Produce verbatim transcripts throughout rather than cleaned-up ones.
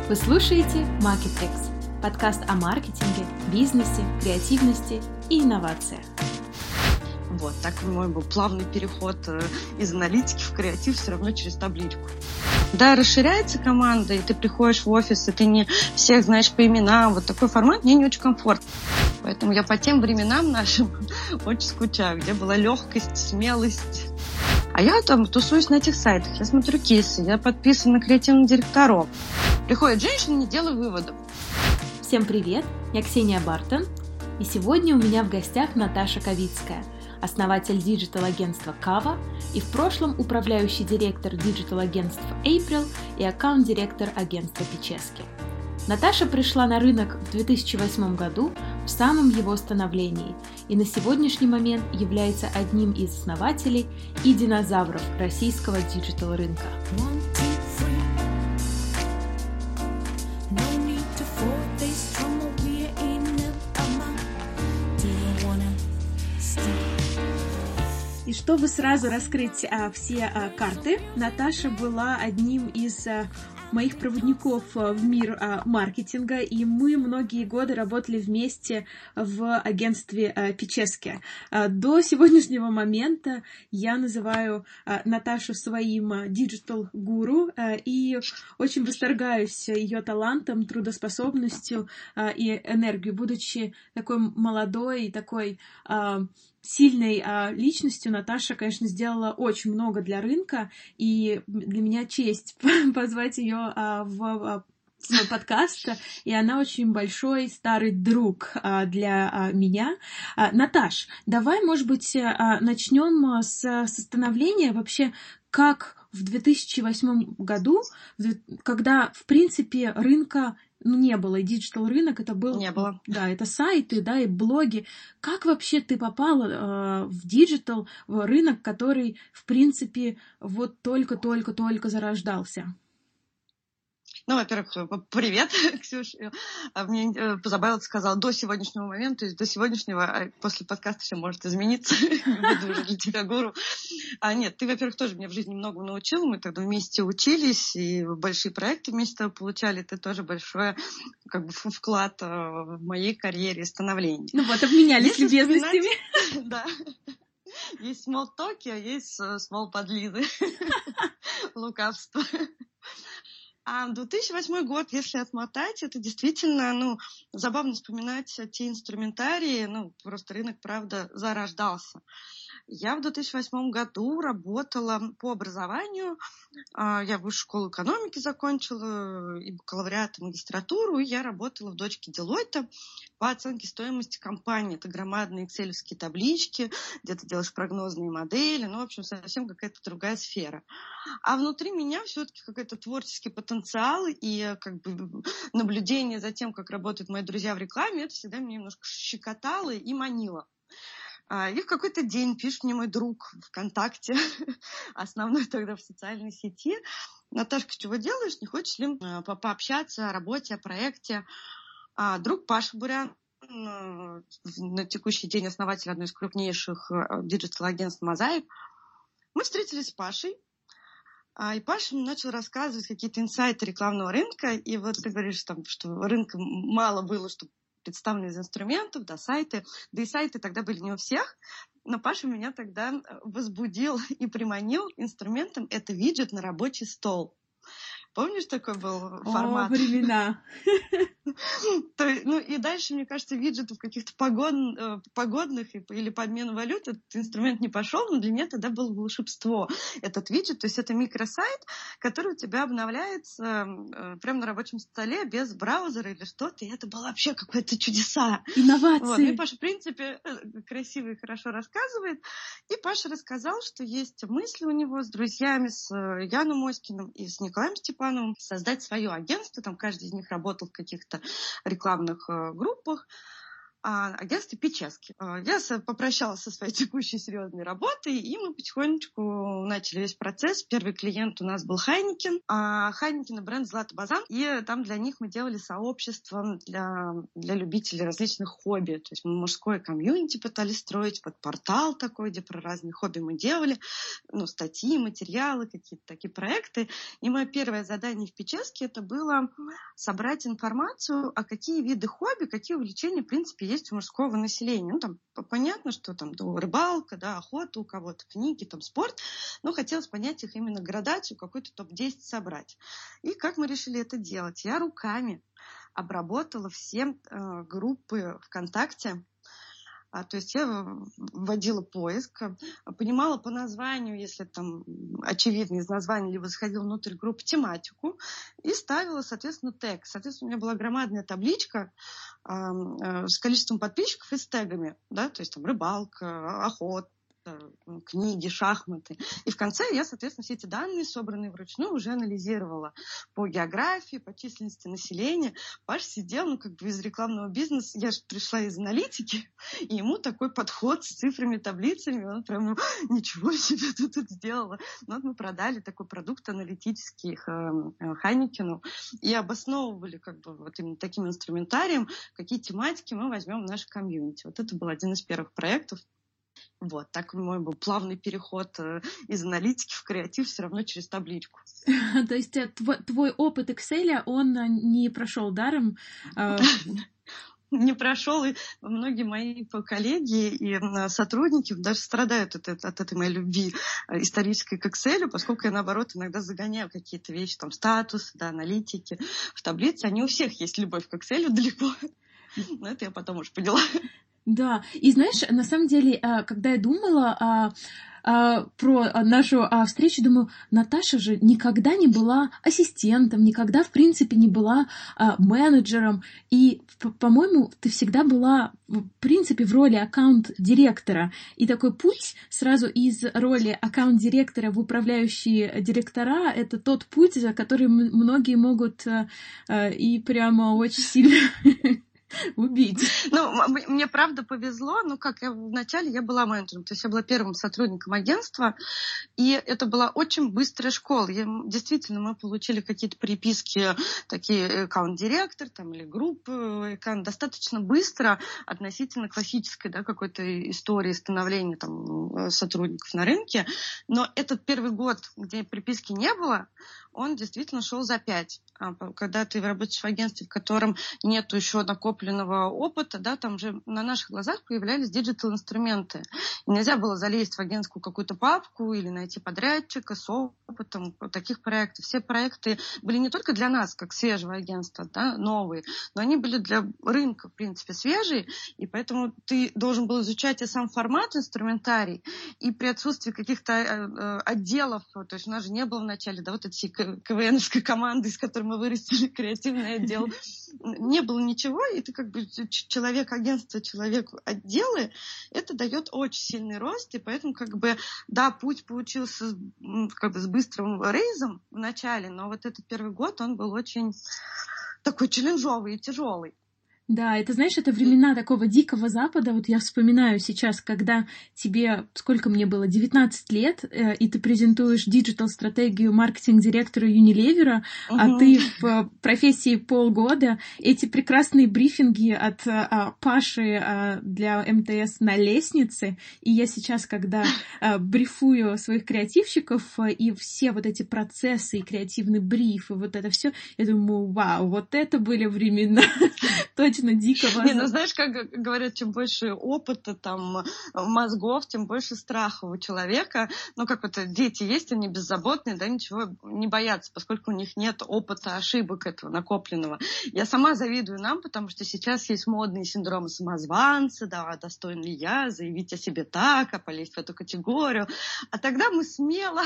Вы слушаете Marketrix, подкаст о маркетинге, бизнесе, креативности и инновациях. Вот, так мой был плавный переход из аналитики в креатив все равно через табличку. Да, расширяется команда, и ты приходишь в офис, и ты не всех знаешь по именам. Вот такой формат мне не очень комфортный. Поэтому я по тем временам нашим очень скучаю, где была легкость, смелость. А я там тусуюсь на этих сайтах, я смотрю кейсы, я подписана на креативных директоров. Приходит женщина, не делаю выводов. Всем привет, я Ксения Бартон, и сегодня у меня в гостях Наташа Ковицкая, основатель диджитал-агентства Кава и в прошлом управляющий директор диджитал-агентств April и аккаунт-директор агентства Печески. Наташа пришла на рынок в две тысячи восьмом году в самом его становлении и на сегодняшний момент является одним из основателей и динозавров российского диджитал-рынка. И чтобы сразу раскрыть а, все а, карты, Наташа была одним из а, моих проводников в мир а, маркетинга, и мы многие годы работали вместе в агентстве а, Печески. А, до сегодняшнего момента я называю а, Наташу своим диджитал-гуру а, и очень восторгаюсь ее талантом, трудоспособностью а, и энергией, будучи такой молодой и такой а, сильной а, личностью. Наташа, конечно, сделала очень много для рынка, и для меня честь позвать ее а, в а, свой подкаст, и она очень большой старый друг а, для а, меня. А, Наташ, давай, может быть, а, начнем с, с становления вообще, как в две тысячи восьмом году, когда, в принципе, рынка ну, не было, и диджитал-рынок это был... Не было. Да, это сайты, да, и блоги. Как вообще ты попала э, в диджитал, в рынок, который, в принципе, вот только-только-только зарождался? Ну, во-первых, привет, Ксюш. Мне позабавило, ты сказала, до сегодняшнего момента, то есть до сегодняшнего, после подкаста все может измениться, буду уже для тебя гуру. А нет, ты, во-первых, тоже меня в жизни много научил, мы тогда вместе учились, и большие проекты вместе получали, ты тоже большой как бы, вклад в моей карьере и становлении. Ну вот, обменялись любезностями. Да. Есть small talk, а есть small подлизы. Лукавство. А две тысячи восьмой год, если отмотать, это действительно, ну, забавно вспоминать те инструментарии, ну, просто рынок, правда, зарождался. Я в две тысячи восьмом году работала по образованию, я высшую школу экономики закончила, и бакалавриат, и магистратуру, и я работала в дочке Deloitte по оценке стоимости компании. Это громадные экселевские таблички, где ты делаешь прогнозные модели, ну, в общем, совсем какая-то другая сфера. А внутри меня все-таки какой-то творческий потенциал и как бы наблюдение за тем, как работают мои друзья в рекламе, это всегда меня немножко щекотало и манило. И в какой-то день пишет мне мой друг ВКонтакте, основной тогда в социальной сети: Наташка, чего делаешь? Не хочешь ли по пообщаться о работе, о проекте? А друг Паша Бурян, на текущий день основатель одной из крупнейших диджитал-агентств «Мозаик». Мы встретились с Пашей, и Паша мне начал рассказывать какие-то инсайты рекламного рынка. И вот ты говоришь, там, что рынка мало было, чтобы представлены из инструментов, да, сайты. Да и сайты тогда были не у всех. Но Паша меня тогда возбудил и приманил инструментом. Это виджет на рабочий стол. Помнишь, такой был формат? О, времена. Ну и дальше, мне кажется, виджеты в каких-то погод... погодных или по обмену валют этот инструмент не пошел, но для меня тогда было волшебство. Этот виджет, то есть это микросайт, который у тебя обновляется прямо на рабочем столе без браузера или что-то, и это было вообще какое-то чудеса. Инновации. Вот. Ну и Паша, в принципе, красиво и хорошо рассказывает. И Паша рассказал, что есть мысли у него с друзьями, с Яном Оськиным и с Николаем Степановым, создать свое агентство, там каждый из них работал в каких-то рекламных э, группах, агентство Печески. Я попрощалась со своей текущей серьезной работой, и мы потихонечку начали весь процесс. Первый клиент у нас был Хайникен. А Хайникен — бренд «Злата Базан», и там для них мы делали сообщество для, для любителей различных хобби. То есть мы мужское комьюнити пытались строить, под портал такой, где про разные хобби мы делали, ну, статьи, материалы, какие-то такие проекты. И мое первое задание в Печеске — это было собрать информацию, о какие виды хобби, какие увлечения, в принципе, есть у мужского населения. Ну, там понятно, что там да, рыбалка, да, охота, у кого-то книги, там спорт, но хотелось понять их именно градацию, какой-то топ десять собрать. И как мы решили это делать? Я руками обработала все э, группы ВКонтакте. А, то есть я вводила поиск, понимала по названию, если там очевидно из названия, либо заходила внутрь группы, тематику, и ставила, соответственно, тег. Соответственно, у меня была громадная табличка э, э, с количеством подписчиков и с тегами, да, то есть там рыбалка, охота, книги, шахматы. И в конце я, соответственно, все эти данные, собранные вручную, уже анализировала по географии, по численности населения. Паша сидел, ну, как бы из рекламного бизнеса. Я же пришла из аналитики, и ему такой подход с цифрами, таблицами. Он прям, ну, ничего себе ты тут сделала. Ну, вот мы продали такой продукт аналитический Хайникену и обосновывали как бы вот именно таким инструментарием, какие тематики мы возьмем в наш комьюнити. Вот это был один из первых проектов. Вот, так мой был плавный переход из аналитики в креатив все равно через табличку. То есть твой, твой опыт Excel, он не прошел даром? Не прошел, и многие мои коллеги и сотрудники даже страдают от, от этой моей любви исторической к Excel, поскольку я, наоборот, иногда загоняю какие-то вещи, там, статусы, да, аналитики в таблице. Они у всех есть любовь к Excel далеко, но это я потом уже поняла. Да, и знаешь, на самом деле, когда я думала про нашу встречу, думаю, Наташа же никогда не была ассистентом, никогда, в принципе, не была менеджером, и, по-моему, ты всегда была, в принципе, в роли аккаунт-директора, и такой путь сразу из роли аккаунт-директора в управляющие директора — это тот путь, за который многие могут и прямо очень сильно... убить. Ну, мне правда повезло, ну как, я вначале я была менеджером, то есть я была первым сотрудником агентства, и это была очень быстрая школа. Я, действительно, мы получили какие-то приписки, такие аккаунт-директор там, или группы, аккаунт, достаточно быстро относительно классической, да, какой-то истории становления там, сотрудников на рынке, но этот первый год, где приписки не было, он действительно шел за пять. Когда ты работаешь в агентстве, в котором нету еще накопленного опыта, да, там же на наших глазах появлялись диджитал-инструменты. И нельзя было залезть в агентскую какую-то папку или найти подрядчика с опытом таких проектов. Все проекты были не только для нас, как свежего агентства, да, новые, но они были для рынка, в принципе, свежие, и поэтому ты должен был изучать и сам формат, инструментарий, и при отсутствии каких-то отделов, то есть у нас же не было вначале, да, вот эти КВНовской команды, из которой мы вырастили креативный отдел, не было ничего, и ты как бы человек агентства, человек отделы, это дает очень сильный рост, и поэтому как бы, да, путь получился как бы с быстрым рейзом в начале, но вот этот первый год, он был очень такой челленджовый и тяжелый. Да, это, знаешь, это времена такого дикого запада. Вот я вспоминаю сейчас, когда тебе, сколько мне было, девятнадцать лет, э, и ты презентуешь диджитал-стратегию маркетинг-директора Unilever, угу. А ты в профессии полгода. Эти прекрасные брифинги от а, Паши а, для эм тэ эс на лестнице. И я сейчас, когда а, брифую своих креативщиков, а, и все вот эти процессы, и креативный бриф, и вот это все, я думаю, вау, вот это были времена. Точно дикого. Не, ну знаешь, как говорят, чем больше опыта, там, мозгов, тем больше страха у человека. Ну, как вот дети есть, они беззаботные, да, ничего не боятся, поскольку у них нет опыта ошибок этого накопленного. Я сама завидую нам, потому что сейчас есть модные синдромы самозванца, да, достоин ли я заявить о себе так, а полезть в эту категорию. А тогда мы смело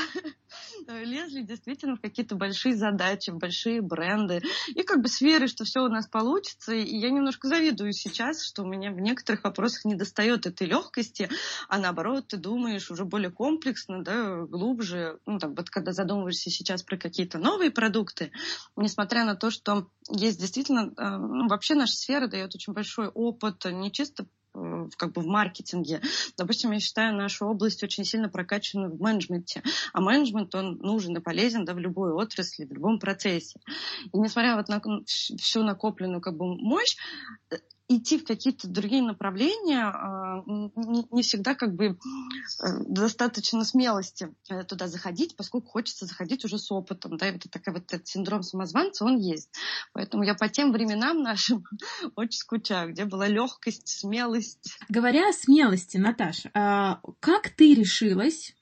лезли действительно в какие-то большие задачи, в большие бренды. И как бы с верой, что все у нас получится. И я не немножко завидую сейчас, что у меня в некоторых вопросах недостает этой легкости, а наоборот, ты думаешь уже более комплексно, да, глубже. Ну, там, вот когда задумываешься сейчас про какие-то новые продукты, несмотря на то, что есть действительно, ну, вообще наша сфера дает очень большой опыт, не чисто как бы в маркетинге. Допустим, я считаю нашу область очень сильно прокачанной в менеджменте. А менеджмент, он нужен и полезен, да, в любой отрасли, в любом процессе. И несмотря вот на всю накопленную как бы мощь, идти в какие-то другие направления не всегда как бы достаточно смелости туда заходить, поскольку хочется заходить уже с опытом. Да, и вот такой вот этот синдром самозванца, он есть. Поэтому я по тем временам нашим очень скучаю, где была легкость, смелость. Говоря о смелости, Наташа, как ты решилась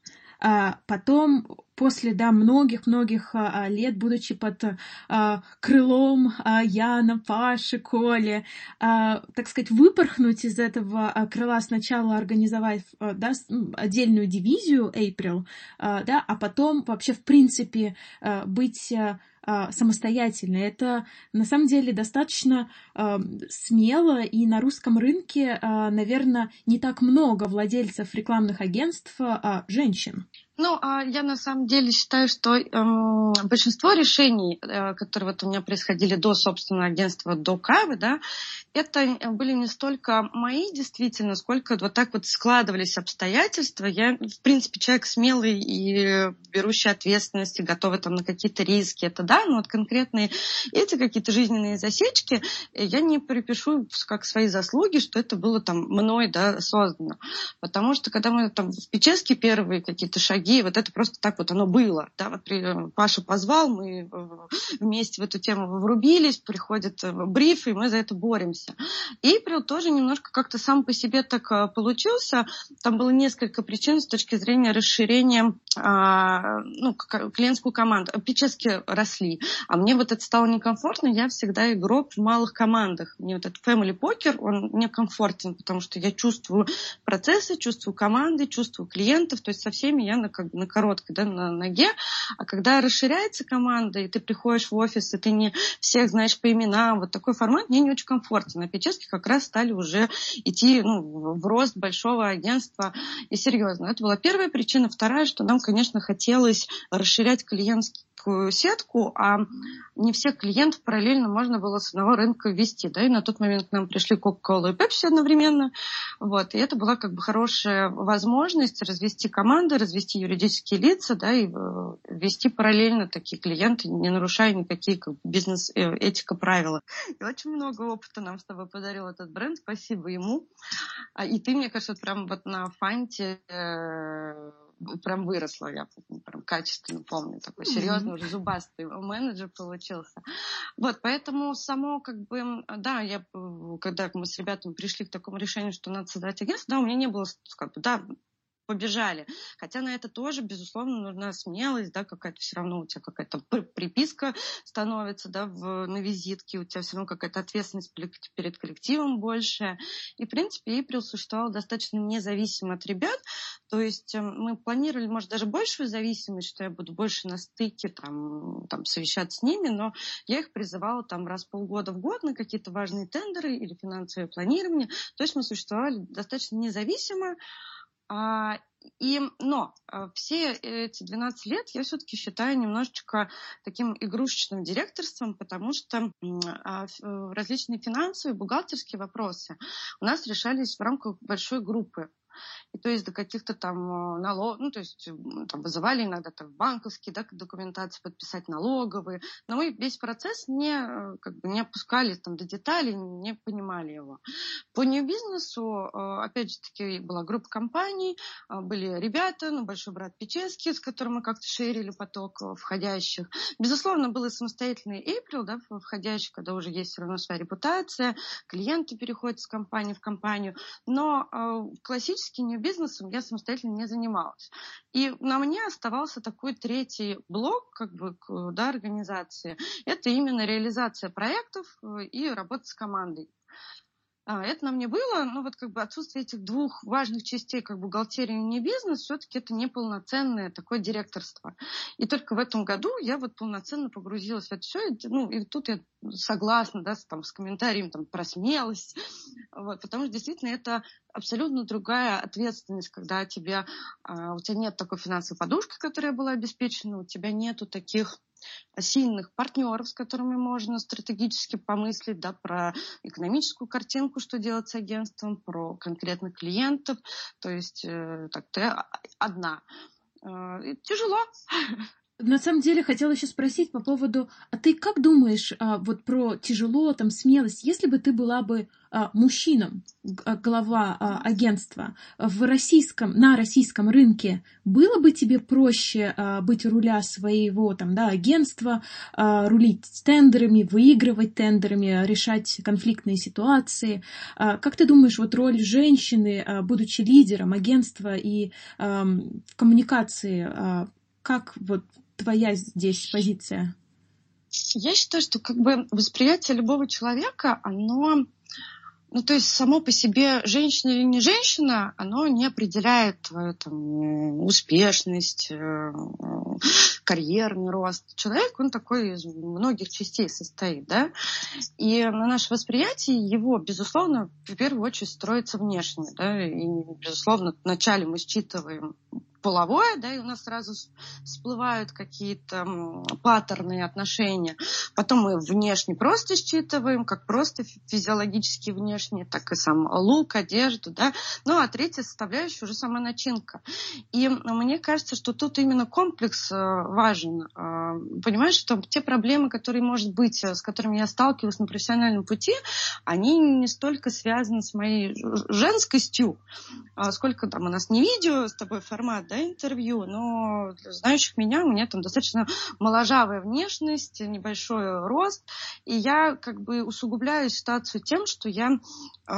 потом, после, да, многих-многих а, лет, будучи под а, крылом а, Яна, Паши, Коли, а, так сказать, выпорхнуть из этого а, крыла, сначала организовать а, да, отдельную дивизию April, а, да, а потом вообще, в принципе, а, быть а, самостоятельно. Это, на самом деле, достаточно а, смело, и на русском рынке, а, наверное, не так много владельцев рекламных агентств а, женщин. Ну, я на самом деле считаю, что эм, большинство решений, э, которые вот у меня происходили до собственного агентства, до Кавы, да, это были не столько мои действительно, сколько вот так вот складывались обстоятельства. Я, в принципе, человек смелый и берущий ответственность, и готовый там на какие-то риски, это да, но вот конкретные эти какие-то жизненные засечки я не припишу как свои заслуги, что это было там мной, да, создано. Потому что когда мы там в Печеске первые какие-то шаги, и вот это просто так вот оно было. Да? Вот Паша позвал, мы вместе в эту тему врубились, приходит бриф, и мы за это боремся. April тоже немножко как-то сам по себе так получился. Там было несколько причин с точки зрения расширения а, ну, клиентскую команду. Печески росли, а мне вот это стало некомфортно. Я всегда игрок в малых командах. Мне вот этот family покер, он некомфортен, потому что я чувствую процессы, чувствую команды, чувствую клиентов, то есть со всеми я на как бы на короткой, да, на ноге, а когда расширяется команда, и ты приходишь в офис, и ты не всех знаешь по именам, вот такой формат мне не очень комфортен. На Печеске как раз стали уже идти, ну, в рост большого агентства, и серьезно. Это была первая причина. Вторая, что нам, конечно, хотелось расширять клиентский сетку, а не всех клиентов параллельно можно было с одного рынка ввести, да, и на тот момент к нам пришли Coca-Cola и Pepsi одновременно, вот, и это была как бы хорошая возможность развести команды, развести юридические лица, да, и ввести параллельно такие клиенты, не нарушая никакие как бы, бизнес-этика правила. И очень много опыта нам с тобой подарил этот бренд, спасибо ему. И ты, мне кажется, прям вот на Фанте прям выросла, я прям качественно помню, такой серьезный, уже зубастый менеджер получился. Вот, поэтому само как бы, да, я, когда мы с ребятами пришли к такому решению, что надо создать агентство, да, у меня не было, как бы, да, побежали. Хотя на это тоже, безусловно, нужна смелость, да, какая-то все равно у тебя какая-то приписка становится, да, в, на визитке, у тебя все равно какая-то ответственность перед коллективом большая. И, в принципе, April существовал достаточно независимо от ребят, то есть мы планировали, может, даже большую зависимость, что я буду больше на стыке, там, там совещаться с ними, но я их призывала там раз в полгода в год на какие-то важные тендеры или финансовое планирование, то есть мы существовали достаточно независимо. А, и, но все эти двенадцать лет я все-таки считаю немножечко таким игрушечным директорством, потому что а, различные финансовые, бухгалтерские вопросы у нас решались в рамках большой группы. И то есть до каких-то там налогов, ну, то есть там вызывали иногда так банковские, да, документации подписать, налоговые, но мы весь процесс не, как бы, не опускали там до деталей, не понимали его. По нью-бизнесу, опять же таки, была группа компаний, были ребята, ну, большой брат Печески, с которым мы как-то шерили поток входящих. Безусловно, был и самостоятельный April, да, входящий, когда уже есть все равно своя репутация, клиенты переходят с компании в компанию, но классический нью-бизнесом я самостоятельно не занималась. И на мне оставался такой третий блок, как бы, да, организации. Это именно реализация проектов и работа с командой. А, это на мне было, но вот как бы отсутствие этих двух важных частей, как бухгалтерия и не бизнес, все-таки это неполноценное такое директорство. И только в этом году я вот полноценно погрузилась в это все. И, ну, и тут я согласна, да, с, там, с комментарием там, про смелость, вот, потому что действительно это абсолютно другая ответственность, когда тебе, а, у тебя нет такой финансовой подушки, которая была обеспечена, у тебя нету таких сильных партнеров, с которыми можно стратегически помыслить, да, про экономическую картинку, что делать с агентством, про конкретных клиентов. То есть э, так, ты одна. Э, тяжело. На самом деле, хотела еще спросить по поводу, а ты как думаешь а, вот про тяжело, там, смелость, если бы ты была бы а, мужчином, г- глава а, агентства в российском, на российском рынке, было бы тебе проще а, быть у руля своего там, да, агентства, а, рулить тендерами, выигрывать тендерами, решать конфликтные ситуации? А, как ты думаешь, вот роль женщины, а, будучи лидером агентства и а, в коммуникации, а, как вот твоя здесь позиция? Я считаю, что как бы восприятие любого человека, оно, ну то есть само по себе женщина или не женщина, оно не определяет твою там успешность, карьерный рост. Человек, он такой из многих частей состоит, да, и на наше восприятие его, безусловно, в первую очередь строится внешне, да, и, безусловно, вначале мы считываем половое, да, и у нас сразу всплывают какие-то паттерны отношения. Потом мы внешне просто считываем, как просто физиологически внешне, так и сам лук, одежду, да. Ну, а третья составляющая уже сама начинка. И мне кажется, что тут именно комплекс важен. Понимаешь, что те проблемы, которые, может быть, с которыми я сталкивалась на профессиональном пути, они не столько связаны с моей женскостью, сколько там у нас не видео с тобой формат, да, интервью, но для знающих меня, у меня там достаточно моложавая внешность, небольшой рост, и я как бы усугубляю ситуацию тем, что я э,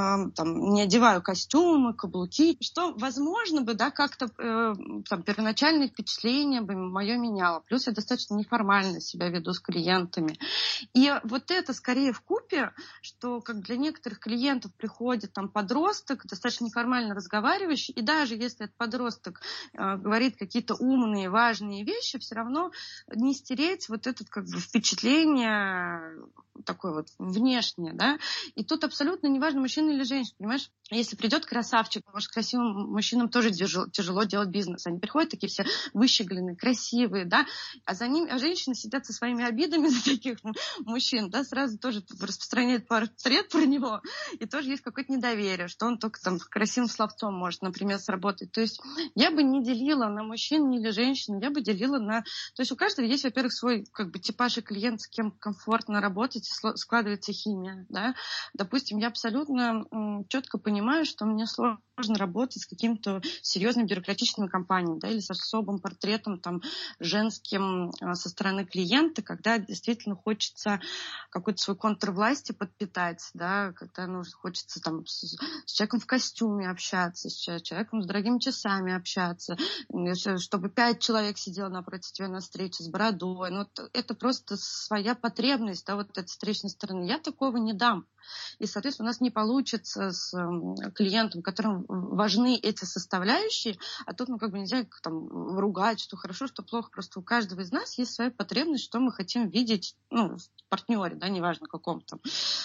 там не одеваю костюмы, каблуки, что, возможно бы, да, как-то э, там первоначальное впечатление бы мое меняло. Плюс я достаточно неформально себя веду с клиентами. И вот это скорее вкупе, что как для некоторых клиентов приходит там подросток, достаточно неформально разговаривающий, и даже если этот подросток э, говорит какие-то умные, важные вещи, все равно не стереть вот это как бы впечатление такое вот внешнее, да, и тут абсолютно неважно, мужчина или женщина, понимаешь, если придет красавчик, может, красивым мужчинам тоже тяжело, тяжело делать бизнес, они приходят такие все выщеголенные, красивые, да, а за ними, а женщины сидят со своими обидами за таких мужчин, да, сразу тоже распространяют портрет про него, и тоже есть какое-то недоверие, что он только там красивым словцом может, например, сработать, то есть я бы не делила на мужчин или женщин, я бы делила на, то есть у каждого есть, во-первых, свой как бы типаж и клиент, с кем комфортно работать, складывается химия, да. Допустим, я абсолютно м, четко понимаю, что мне сложно работать с какими-то серьезными бюрократическими компаниями, да, или с особым портретом там женским а, со стороны клиента, когда действительно хочется какой-то свой контур власти подпитать, да, когда ну, хочется там с, с человеком в костюме общаться, с человеком с дорогими часами общаться, чтобы пять человек сидело напротив тебя на встрече с бородой. Ну, это просто своя потребность, да, вот этой встречной стороны. Я такого не дам. И, соответственно, у нас не получится с клиентом, которым важны эти составляющие, а тут, ну, как бы нельзя там ругать, что хорошо, что плохо. Просто у каждого из нас есть своя потребность, что мы хотим видеть, ну, в партнере, да, неважно каком там.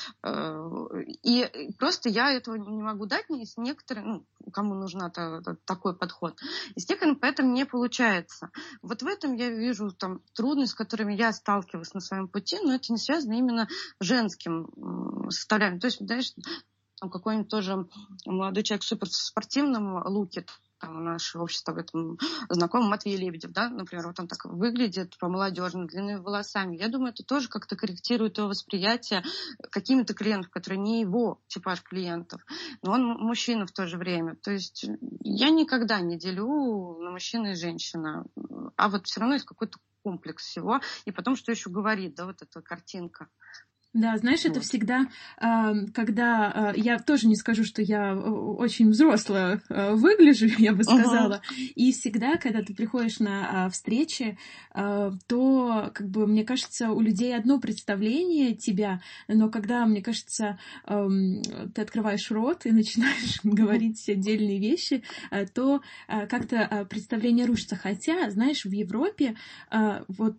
И просто я этого не могу дать, с некоторыми, ну, кому нужен такой подход. Естественно, поэтому не получается. Вот в этом я вижу там трудности, с которыми я сталкивалась на своем пути, но это не связано именно с женским составляем. То есть, знаешь, какой-нибудь тоже молодой человек в суперспортивном луке, там наше общество в этом знакомый, Матвей Лебедев, да, например, вот он так выглядит по-молодежному, длинными волосами. Я думаю, это тоже как-то корректирует его восприятие какими-то клиентов, которые не его типаж клиентов, но он мужчина в то же время. То есть я никогда не делю на мужчину и женщину, а вот все равно есть какой-то комплекс всего, и потом, что еще говорит, да, вот эта картинка. Да, знаешь, вот. Это всегда, когда... Я тоже не скажу, что я очень взрослая выгляжу, я бы сказала. Uh-huh. И всегда, когда ты приходишь на встречи, то, как бы, мне кажется, у людей одно представление тебя, но когда, мне кажется, ты открываешь рот и начинаешь uh-huh. говорить отдельные вещи, то как-то представление рушится. Хотя, знаешь, в Европе вот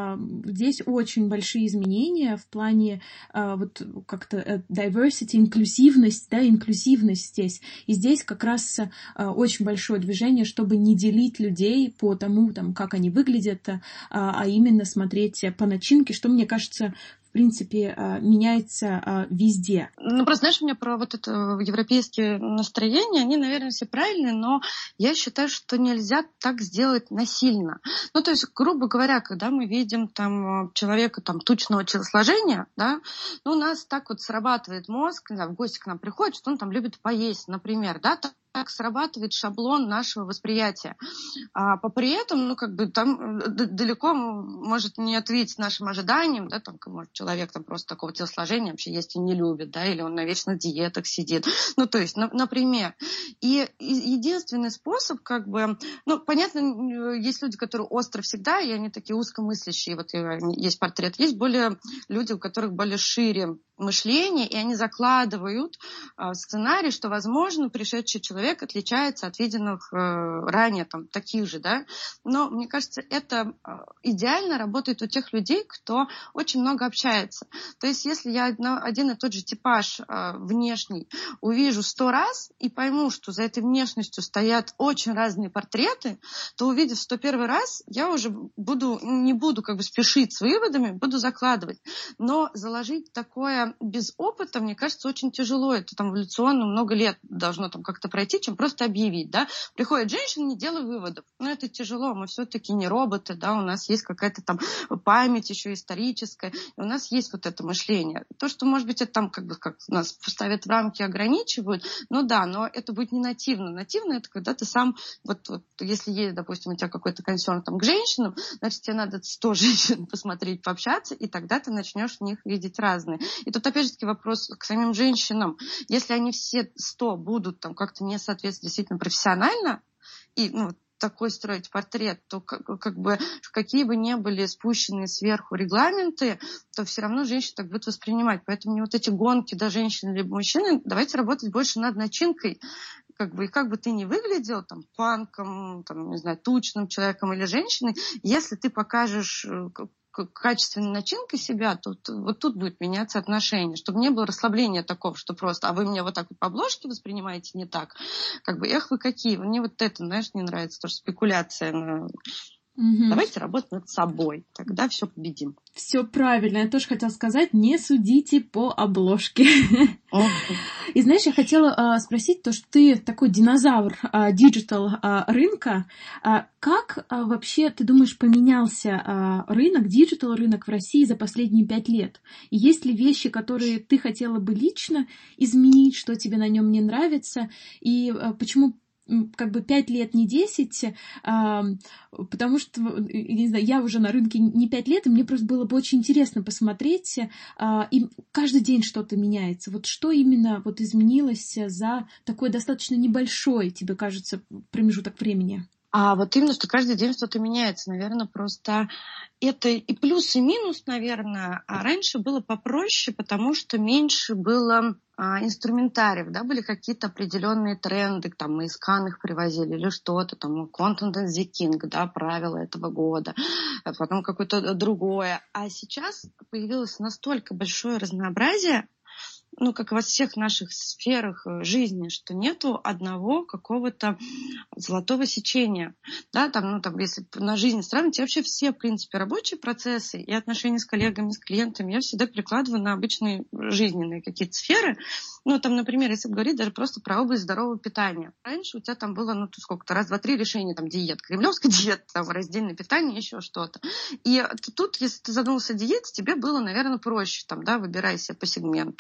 здесь очень большие изменения в плане вот как-то diversity, инклюзивность, да, инклюзивность здесь. И здесь как раз очень большое движение, чтобы не делить людей по тому, там, как они выглядят, а именно смотреть по начинке, что, мне кажется, в принципе, меняется везде. Ну, просто, знаешь, у меня про вот это европейские настроения, они, наверное, все правильные, но я считаю, что нельзя так сделать насильно. Ну, то есть, грубо говоря, когда мы видим там человека там тучного телосложения, да, ну, у нас так вот срабатывает мозг, не знаю, в гости к нам приходит, что он там любит поесть, например, да, так срабатывает шаблон нашего восприятия. А при этом, ну, как бы там далеко может не ответить нашим ожиданиям, да, там, может, человек там просто такого телосложения вообще есть и не любит, да, или он на вечных диетах сидит. Ну, то есть, на, например. И, и единственный способ, как бы, ну, понятно, есть люди, которые остро всегда, и они такие узкомыслящие, вот есть портрет, есть более люди, у которых более шире мышление, и они закладывают э, сценарий, что, возможно, пришедший человек отличается от виденных э, ранее там, таких же, да, но, мне кажется, это э, идеально работает у тех людей, кто очень много общается. То есть, если я одно, один и тот же типаж э, внешний увижу сто раз и пойму, что за этой внешностью стоят очень разные портреты, то, увидев сто первый раз, я уже буду, не буду как бы спешить с выводами, буду закладывать. Но заложить такое без опыта, мне кажется, очень тяжело. Это там эволюционно много лет должно там как-то пройти, чем просто объявить, да. Приходит женщина, не делай выводов. Но это тяжело, мы все-таки не роботы, да, у нас есть какая-то там память еще историческая, и у нас есть вот это мышление. То, что, может быть, это там как бы как нас ставят в рамки, ограничивают, ну да, но это будет не нативно. Нативно это когда ты сам, вот, вот если есть, допустим, у тебя какой-то консерн там к женщинам, значит, тебе надо сто женщин посмотреть, пообщаться, и тогда ты начнешь в них видеть разные. И тут опять же таки вопрос к самим женщинам. Если они все сто будут там как-то не соответствовать действительно профессионально, и ну, такой строить портрет, то как, как бы какие бы ни были спущенные сверху регламенты, то все равно женщина так будет воспринимать. Поэтому не вот эти гонки, да, женщины либо мужчины, давайте работать больше над начинкой. Как бы, и как бы ты ни выглядел, там, панком, там, не знаю, тучным человеком или женщиной, если ты покажешь качественной начинкой себя, то вот тут будет меняться отношение, чтобы не было расслабления такого, что просто, а вы меня вот так вот по обложке воспринимаете не так, как бы, эх, вы какие, мне вот это, знаешь, не нравится, тоже спекуляция на... Угу. Давайте работать над собой, тогда все победим. Все правильно. Я тоже хотела сказать, не судите по обложке. Uh-huh. И знаешь, я хотела а, спросить, то, что ты такой динозавр а, диджитал а, рынка, а, как а, вообще, ты думаешь, поменялся а, рынок, диджитал рынок в России за последние пять лет? И есть ли вещи, которые ты хотела бы лично изменить, что тебе на нем не нравится, и а, почему как бы пять лет, не десять, а, потому что, не знаю, я уже на рынке не пять лет, и мне просто было бы очень интересно посмотреть, а, и каждый день что-то меняется. Вот что именно вот изменилось за такой достаточно небольшой, тебе кажется, промежуток времени? А вот именно, что каждый день что-то меняется, наверное, просто это и плюс, и минус, наверное. А раньше было попроще, потому что меньше было а, инструментариев, да, были какие-то определенные тренды, там мы из Канн их привозили или что-то, там Content and the King, да, правила этого года, а потом какое-то другое. А сейчас появилось настолько большое разнообразие, ну, как во всех наших сферах жизни, что нету одного какого-то золотого сечения. Да, там, ну, там, если на жизнь сравнить, вообще все, в принципе, рабочие процессы и отношения с коллегами, с клиентами я всегда прикладываю на обычные жизненные какие-то сферы. Ну, там, например, если говорить даже просто про область здорового питания. Раньше у тебя там было, ну, сколько-то, раз, два, три решения, там, диет, кремлевская диета, там, раздельное питание, еще что-то. И тут, если ты задумался о диете, тебе было, наверное, проще, там, да, выбирай себе по сегменту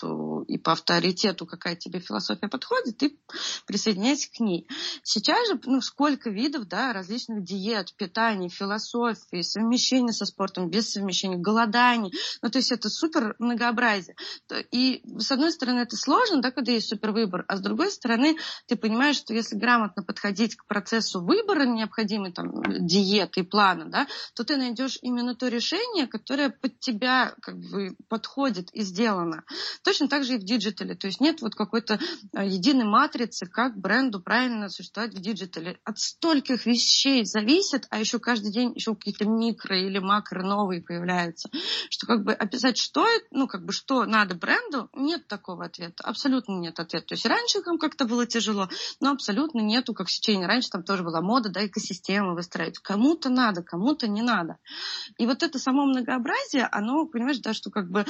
и по авторитету, какая тебе философия подходит, ты присоединяйся к ней. Сейчас же, ну, сколько видов, да, различных диет, питаний, философии, совмещения со спортом, без совмещения, голоданий. Ну, то есть это супер многообразие. И, с одной стороны, это сложно, да, когда есть супервыбор, а с другой стороны, ты понимаешь, что если грамотно подходить к процессу выбора необходимой там диеты и плана, да, то ты найдешь именно то решение, которое под тебя как бы подходит и сделано. Точно так же и в диджитале. То есть нет вот какой-то единой матрицы, как бренду правильно существовать в диджитале. От стольких вещей зависит, а еще каждый день еще какие-то микро или макро новые появляются, что как бы описать, что это, ну как бы что надо бренду, нет такого ответа. Абсолютно нет ответа. То есть раньше там как-то было тяжело, но абсолютно нету, как сечение. Раньше там тоже была мода, да, экосистемы выстраивать. Кому-то надо, кому-то не надо. И вот это само многообразие, оно, понимаешь, да, что как бы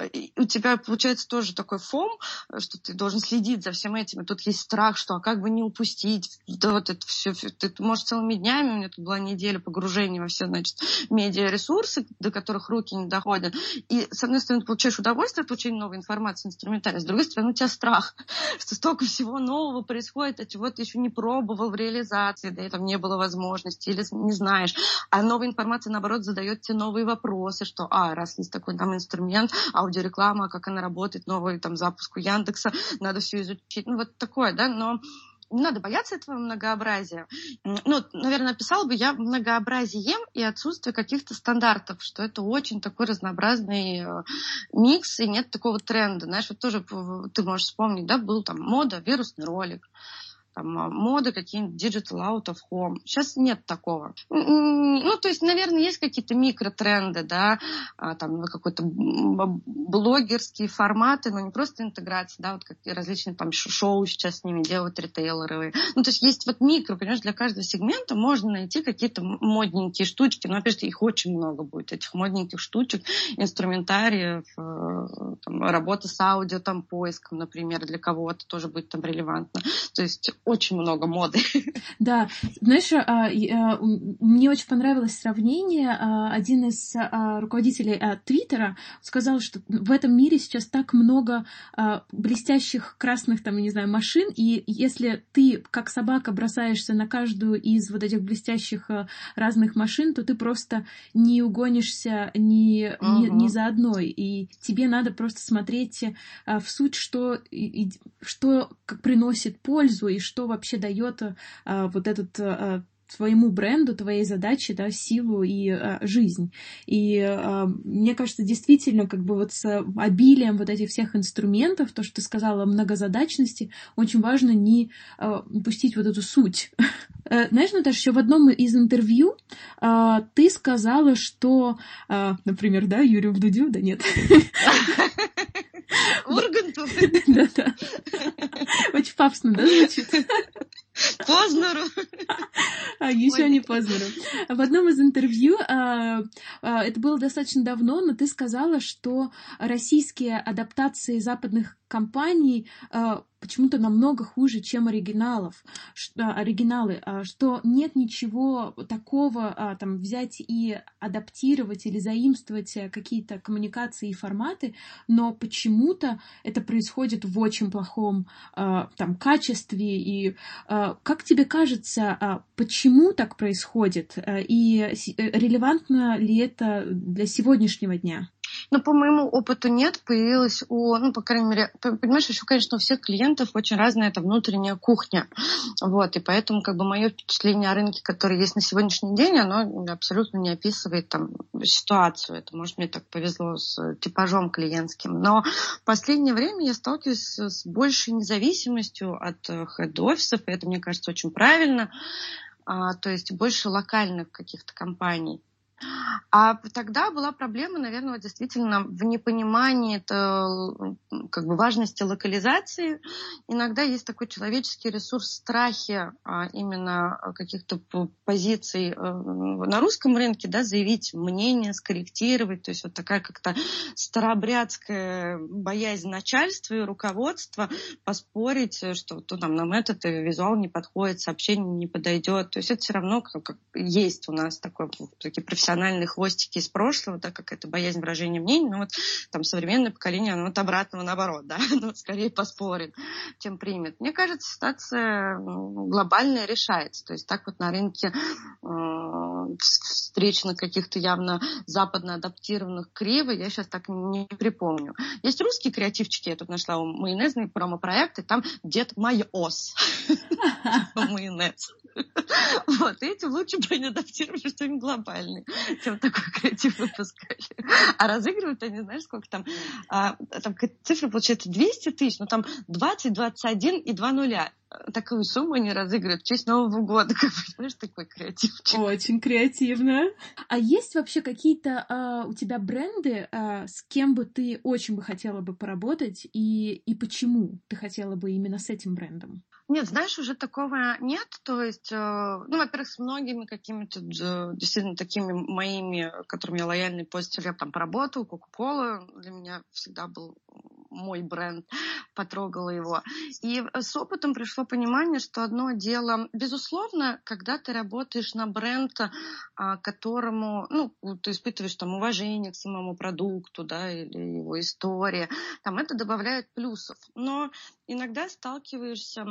у тебя получается тоже такой фом, что ты должен следить за всем этим. И тут есть страх, что а как бы не упустить, да вот это все. Ты можешь целыми днями, у меня тут была неделя погружения во все, значит, медиаресурсы, до которых руки не доходят. И, с одной стороны, ты получаешь удовольствие от получения новой информации, инструментария, с другой стороны, у тебя страх, что столько всего нового происходит, а чего ты еще не пробовал в реализации, да и там не было возможности, или не знаешь. А новая информация, наоборот, задает тебе новые вопросы, что, а, раз есть такой там инструмент, аудиореклама, как она работает, новый там запуск у Яндекса, надо все изучить. Ну, вот такое, да, но не надо бояться этого многообразия. Ну, наверное, написала бы я многообразием и отсутствие каких-то стандартов, что это очень такой разнообразный микс, и нет такого тренда. Знаешь, вот тоже ты можешь вспомнить, да, был там мода, вирусный ролик, там, моды какие-нибудь digital out of home. Сейчас нет такого. Ну, то есть, наверное, есть какие-то микротренды, да, там какой-то блогерские форматы, но не просто интеграция, да, вот как различные там шоу сейчас с ними делают ритейлеры. Ну, то есть есть вот микро, понимаешь, для каждого сегмента можно найти какие-то модненькие штучки, но, опять же, их очень много будет, этих модненьких штучек, инструментариев, там, работа с аудио, там, поиском, например, для кого-то тоже будет там релевантно. То есть очень много моды. Да, знаешь, мне очень понравилось сравнение. Один из руководителей Твиттера сказал, что в этом мире сейчас так много блестящих красных, там, я не знаю, машин, и если ты, как собака, бросаешься на каждую из вот этих блестящих разных машин, то ты просто не угонишься ни, угу. ни, ни за одной, и тебе надо просто смотреть в суть, что, что как приносит пользу, и что вообще дает а, вот этот а, твоему бренду, твоей задаче, да, силу и а, жизнь. И а, мне кажется, действительно, как бы вот с обилием вот этих всех инструментов, то, что ты сказала о многозадачности, очень важно не а, упустить вот эту суть. Знаешь, Наташа, еще в одном из интервью а, ты сказала, что, а, например, да, Юрию Дудю, да нет. Урганту. Да-да. Очень пафосно, да, звучит? Познеру. А, еще не Познеру. В одном из интервью, а, а, это было достаточно давно, но ты сказала, что российские адаптации западных компаний а, почему-то намного хуже, чем оригиналов, что, оригиналы, а, что нет ничего такого, а, там, взять и адаптировать или заимствовать какие-то коммуникации и форматы, но почему-то это происходит в очень плохом а, там, качестве. И а, как тебе кажется, а, почему так происходит? И релевантно ли это для сегодняшнего дня? Ну, по моему опыту нет, появилась у, ну, по крайней мере, понимаешь, еще, конечно, у всех клиентов очень разная эта внутренняя кухня, вот, и поэтому, как бы, мое впечатление о рынке, который есть на сегодняшний день, оно абсолютно не описывает, там, ситуацию, это, может, мне так повезло с типажом клиентским, но в последнее время я сталкиваюсь с большей независимостью от хед-офисов, и это, мне кажется, очень правильно, а, то есть больше локальных каких-то компаний. А тогда была проблема, наверное, действительно в непонимании это, как бы, важности локализации. Иногда есть такой человеческий ресурс в страхе а, именно каких-то позиций на русском рынке, да, заявить мнение, скорректировать. То есть вот такая как-то старообрядская боязнь начальства и руководства поспорить, что то, там, нам этот визуал не подходит, сообщение не подойдет. То есть это все равно как, как есть у нас такой, такие профессиональные хвостики из прошлого, да, какая-то боязнь выражения мнений, но вот там современное поколение, оно вот обратного наоборот, да, оно скорее поспорит, чем примет. Мне кажется, ситуация глобальная решается, то есть так вот на рынке э, встреч на каких-то явно западно адаптированных криво, я сейчас так не припомню. Есть русские креативчики, я тут нашла майонезные промо-проекты, там Дед Майос, майонез. Вот, эти лучше бы они адаптировали что-нибудь глобальное, чем такой креатив выпускали. А разыгрывают они, знаешь, сколько там, а, там цифра получается двести тысяч, но там двадцать, двадцать один и два нуля. Такую сумму они разыгрывают в честь Нового года. Как понимаешь, такой креативчик. Очень креативно. А есть вообще какие-то а, у тебя бренды, а, с кем бы ты очень бы хотела бы поработать, и, и почему ты хотела бы именно с этим брендом? Нет, знаешь, уже такого нет. То есть, ну, во-первых, с многими какими-то действительно такими моими, которым я лояльный после лет там поработал, Coca-Cola для меня всегда был мой бренд, потрогала его. И с опытом пришло понимание, что одно дело, безусловно, когда ты работаешь на бренд, которому, ну, ты испытываешь там уважение к самому продукту, да, или его истории, там это добавляет плюсов. Но иногда сталкиваешься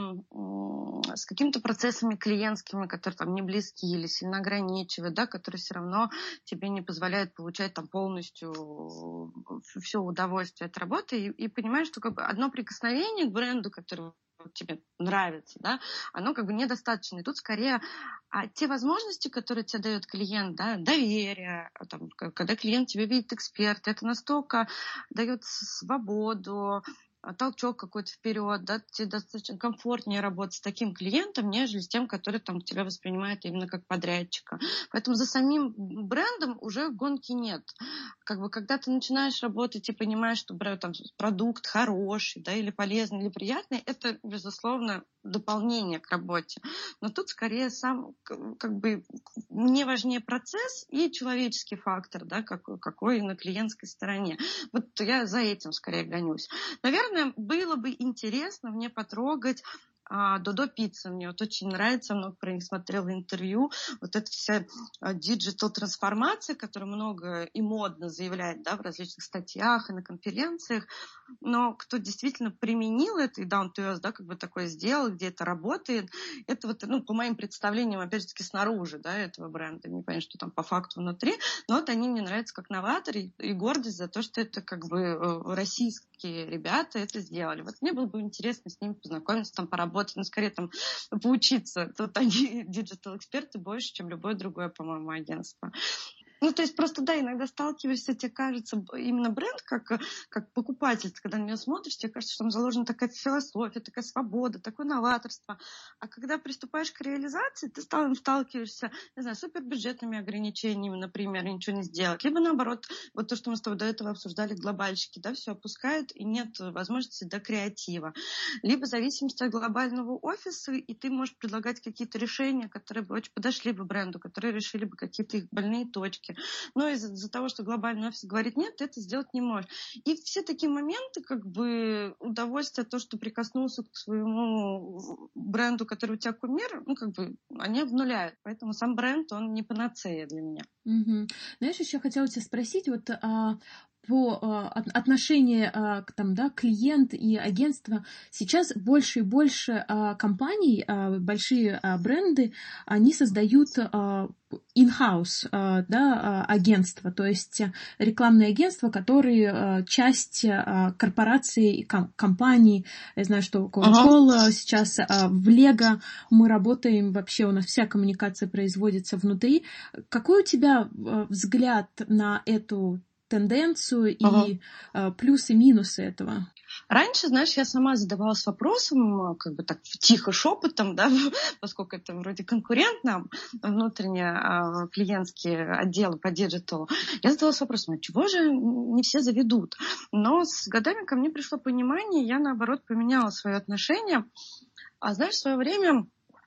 с какими-то процессами клиентскими, которые там не близки или сильно ограничивают, да, которые все равно тебе не позволяют получать там полностью все удовольствие от работы, и, и понимаешь, что как бы одно прикосновение к бренду, который тебе нравится, да, оно как бы недостаточно. И тут скорее а те возможности, которые тебе дает клиент, да, доверие, там, когда клиент тебе видит эксперт, это настолько дает свободу, толчок какой-то вперед, да, тебе достаточно комфортнее работать с таким клиентом, нежели с тем, который там тебя воспринимает именно как подрядчика. Поэтому за самим брендом уже гонки нет. Как бы, когда ты начинаешь работать и понимаешь, что там, продукт хороший, да, или полезный, или приятный, это, безусловно, дополнение к работе. Но тут скорее сам, как бы, мне важнее процесс и человеческий фактор, да, какой, какой на клиентской стороне. Вот я за этим скорее гонюсь. Наверное, было бы интересно мне потрогать Додо Пицца. Мне вот очень нравится, много про них смотрела интервью. Вот эта вся диджитал-трансформация, которая много и модно заявляет, да, в различных статьях и на конференциях. Но кто действительно применил это и down to earth, да, как бы такое сделал, где это работает, это вот, ну, по моим представлениям, опять же таки, снаружи, да, этого бренда. Не понятно, что там по факту внутри. Но вот они мне нравятся как новаторы и гордость за то, что это как бы российские ребята это сделали. Вот мне было бы интересно с ними познакомиться, там поработать, но скорее там поучиться. Тут они диджитал-эксперты больше, чем любое другое, по-моему, агентство. Ну, то есть просто, да, иногда сталкиваешься, тебе кажется, именно бренд как, как покупатель, когда на него смотришь, тебе кажется, что там заложена такая философия, такая свобода, такое новаторство. А когда приступаешь к реализации, ты сталкиваешься, не знаю, с супербюджетными ограничениями, например, и ничего не сделать. Либо наоборот, вот то, что мы с тобой до этого обсуждали, глобальщики, да, все опускают, и нет возможности до креатива. Либо зависимость от глобального офиса, и ты можешь предлагать какие-то решения, которые бы очень подошли бы бренду, которые решили бы какие-то их больные точки. Но из-за, из-за того, что глобальный офис говорит нет, ты это сделать не можешь. И все такие моменты, как бы удовольствие от того, что прикоснулся к своему бренду, который у тебя кумир, ну, как бы они обнуляют. Поэтому сам бренд, он не панацея для меня. Угу. Знаешь, еще хотела тебя спросить, вот а, по а, отношению а, к там, да, клиент и агентство. Сейчас больше и больше а, компаний, а, большие а, бренды, они создают а, in-house а, да, агентства, то есть рекламные агентства, которые а, часть а, корпораций и ком- компаний. Я знаю, что Coca-Cola uh-huh. сейчас а, в Лего мы работаем, вообще у нас вся коммуникация производится внутри. Какой у тебя а, взгляд на эту тенденцию и uh-huh. uh, плюсы и минусы этого? Раньше, знаешь, я сама задавалась вопросом, как бы так тихо, шепотом, да, поскольку это вроде конкурент нам, внутренне а, клиентские отделы по диджиталу. Я задавалась вопросом, а чего же не все заведут? Но с годами ко мне пришло понимание, я, наоборот, поменяла свое отношение. А знаешь, в свое время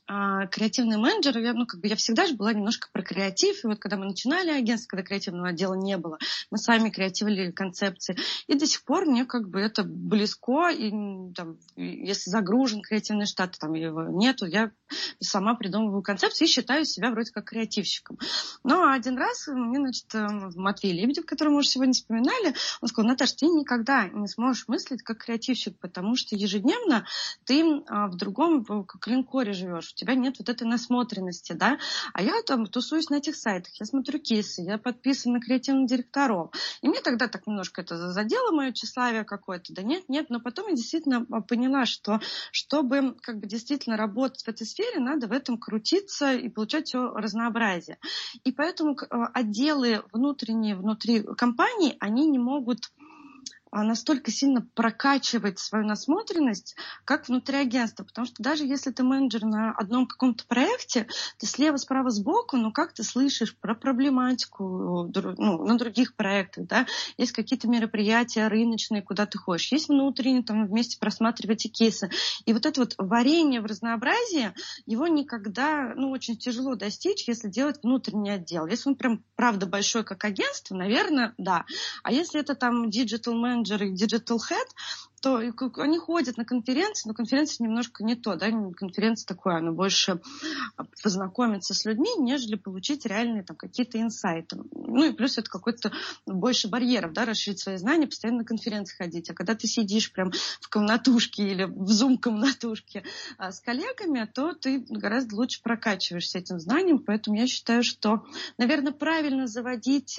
а, креативный менеджер, я, ну, как бы я всегда же была немножко про креатив, и вот когда мы начинали агентство, когда креативного отдела не было, мы сами креативили концепции, и до сих пор мне как бы это близко, и там, если загружен креативный штат, там его нету, я сама придумываю концепции и считаю себя вроде как креативщиком. Но один раз мне, значит, Матвей Лебедев, которого мы уже сегодня вспоминали, он сказал: Наташа, ты никогда не сможешь мыслить как креативщик, потому что ежедневно ты в другом, как линкоре живешь, у тебя нет вот этой насмотренности, да, а я там тусуюсь на этих сайтах, я смотрю кейсы, я подписана на креативных директоров, и мне тогда так немножко это задело мое тщеславие какое-то, да нет, нет, но потом я действительно поняла, что чтобы как бы действительно работать в этой сфере, надо в этом крутиться и получать все разнообразие. И поэтому отделы внутренние внутри компании, они не могут настолько сильно прокачивать свою насмотренность, как внутри агентства. Потому что даже если ты менеджер на одном каком-то проекте, ты слева, справа, сбоку, ну как ты слышишь про проблематику ну, на других проектах, да? Есть какие-то мероприятия рыночные, куда ты ходишь. Есть внутренние, там вместе просматриваете кейсы. И вот это вот варенье в разнообразии, его никогда, ну, очень тяжело достичь, если делать внутренний отдел. Если он прям, правда, большой, как агентство, наверное, да. А если это там digital manager и digital head, то они ходят на конференции, но конференция немножко не то, да, конференция такое, она больше познакомиться с людьми, нежели получить реальные там какие-то инсайты. Ну и плюс это какой-то больше барьеров, да, расширить свои знания, постоянно на конференции ходить. А когда ты сидишь прям в комнатушке или в зум-комнатушке а, с коллегами, то ты гораздо лучше прокачиваешься этим знанием, поэтому я считаю, что, наверное, правильно заводить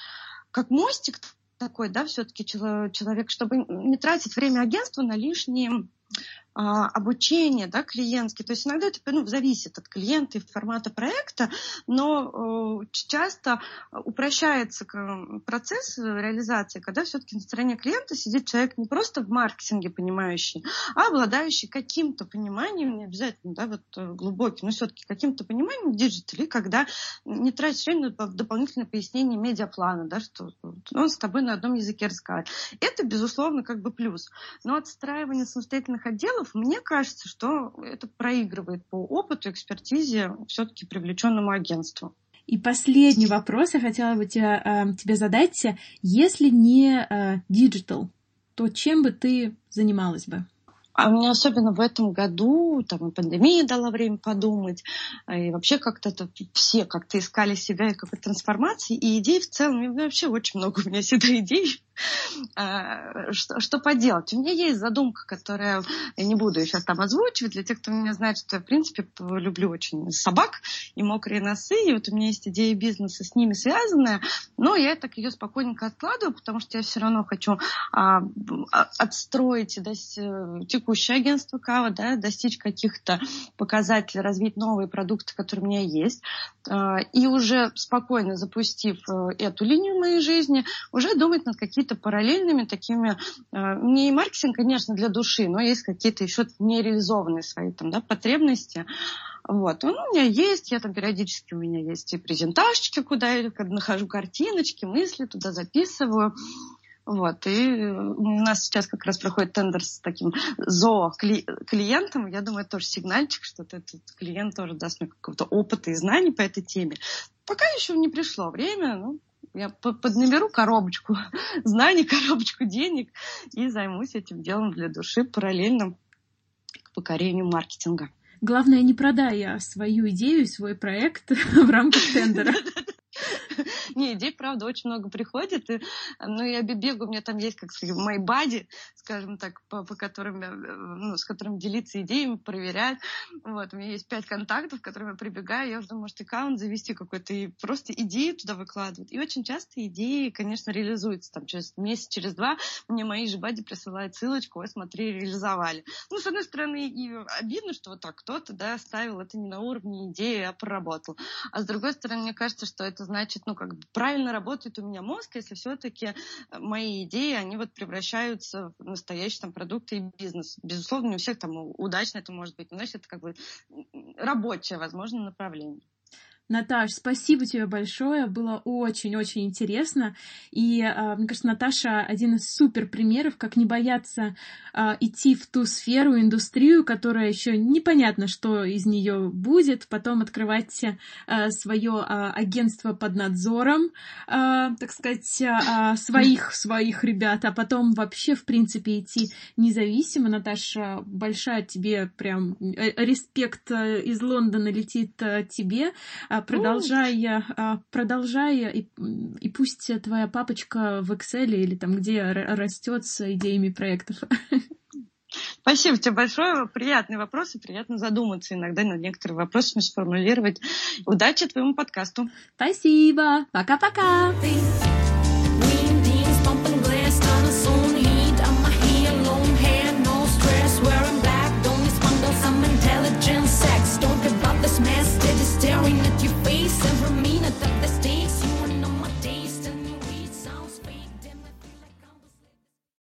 как мостик такой, да, все-таки человек, чтобы не тратить время агентства на лишние а, обучение, да, клиентские. То есть иногда это, ну, зависит от клиента и формата проекта, но э, часто упрощается процесс реализации, когда все-таки на стороне клиента сидит человек не просто в маркетинге понимающий, а обладающий каким-то пониманием, не обязательно, да, вот глубоким, но все-таки каким-то пониманием в диджитале, когда не тратишь время на дополнительное пояснение медиаплана, да, что он с тобой на одном языке разговаривает. Это, безусловно, как бы плюс. Но отстраивание самостоятельных отделов, мне кажется, что это проигрывает по опыту, экспертизе все-таки привлеченному агентству. И последний вопрос я хотела бы тебе, тебе задать. Если не диджитал, то чем бы ты занималась бы? А мне особенно в этом году, там и пандемия дала время подумать, и вообще как-то это все как-то искали себя и какой-то трансформации, и идей в целом, и вообще очень много у меня всегда идей, что, что поделать. У меня есть задумка, которая, я не буду ее сейчас там озвучивать, для тех, кто меня знает, что я, в принципе, люблю очень собак и мокрые носы, и вот у меня есть идея бизнеса с ними связанная, но я так ее спокойненько откладываю, потому что я все равно хочу а, отстроить и дать текущее агентство Кава, да, достичь каких-то показателей, развить новые продукты, которые у меня есть, и уже спокойно запустив эту линию в моей жизни, уже думать над какими-то параллельными такими, не маркетинг, конечно, для души, но есть какие-то еще нереализованные свои там, да, потребности. Вот, он у меня есть, я там периодически, у меня есть и презентажечки, куда я нахожу картиночки, мысли, туда записываю. Вот, и у нас сейчас как раз проходит тендер с таким зоо-клиентом. Я думаю, это тоже сигнальчик, что этот клиент тоже даст мне какого-то опыта и знаний по этой теме. Пока еще не пришло время, ну, я поднаберу коробочку знаний, коробочку денег и займусь этим делом для души параллельно к покорению маркетинга. Главное, не продай свою идею, свой проект в рамках тендера. Не, идей, правда, очень много приходит. И, ну, я бегу, у меня там есть, как сказать, мои бади, скажем так, по, по которым я, ну, с которыми делиться идеями, проверять. Вот, у меня есть пять контактов, к которым я прибегаю, я уже думаю, может, аккаунт завести какой-то, и просто идеи туда выкладывают. И очень часто идеи, конечно, реализуются. Там через месяц, через два мне мои же бади присылают ссылочку, ой, смотри, реализовали. Ну, с одной стороны, и обидно, что вот так кто-то, да, ставил это не на уровне идеи, а проработал. А с другой стороны, мне кажется, что это значит, ну, как бы правильно работает у меня мозг, если все-таки мои идеи, они вот превращаются в настоящие там продукты и бизнес. Безусловно, не у всех там удачно это может быть, но значит, это как бы рабочее, возможно, направление. Наташ, спасибо тебе большое, было очень-очень интересно. И, мне кажется, Наташа один из супер примеров, как не бояться идти в ту сферу, индустрию, которая еще непонятно, что из нее будет, потом открывать свое агентство под надзором, так сказать, своих, своих ребят, а потом вообще, в принципе, идти независимо. Наташа, большая тебе прям респект из Лондона летит тебе. Продолжай, продолжай, и, и пусть твоя папочка в Excel или там где растет с идеями проектов. Спасибо тебе большое. Приятный вопрос, и приятно задуматься иногда над некоторыми вопросами, сформулировать. Удачи твоему подкасту. Спасибо. Пока-пока.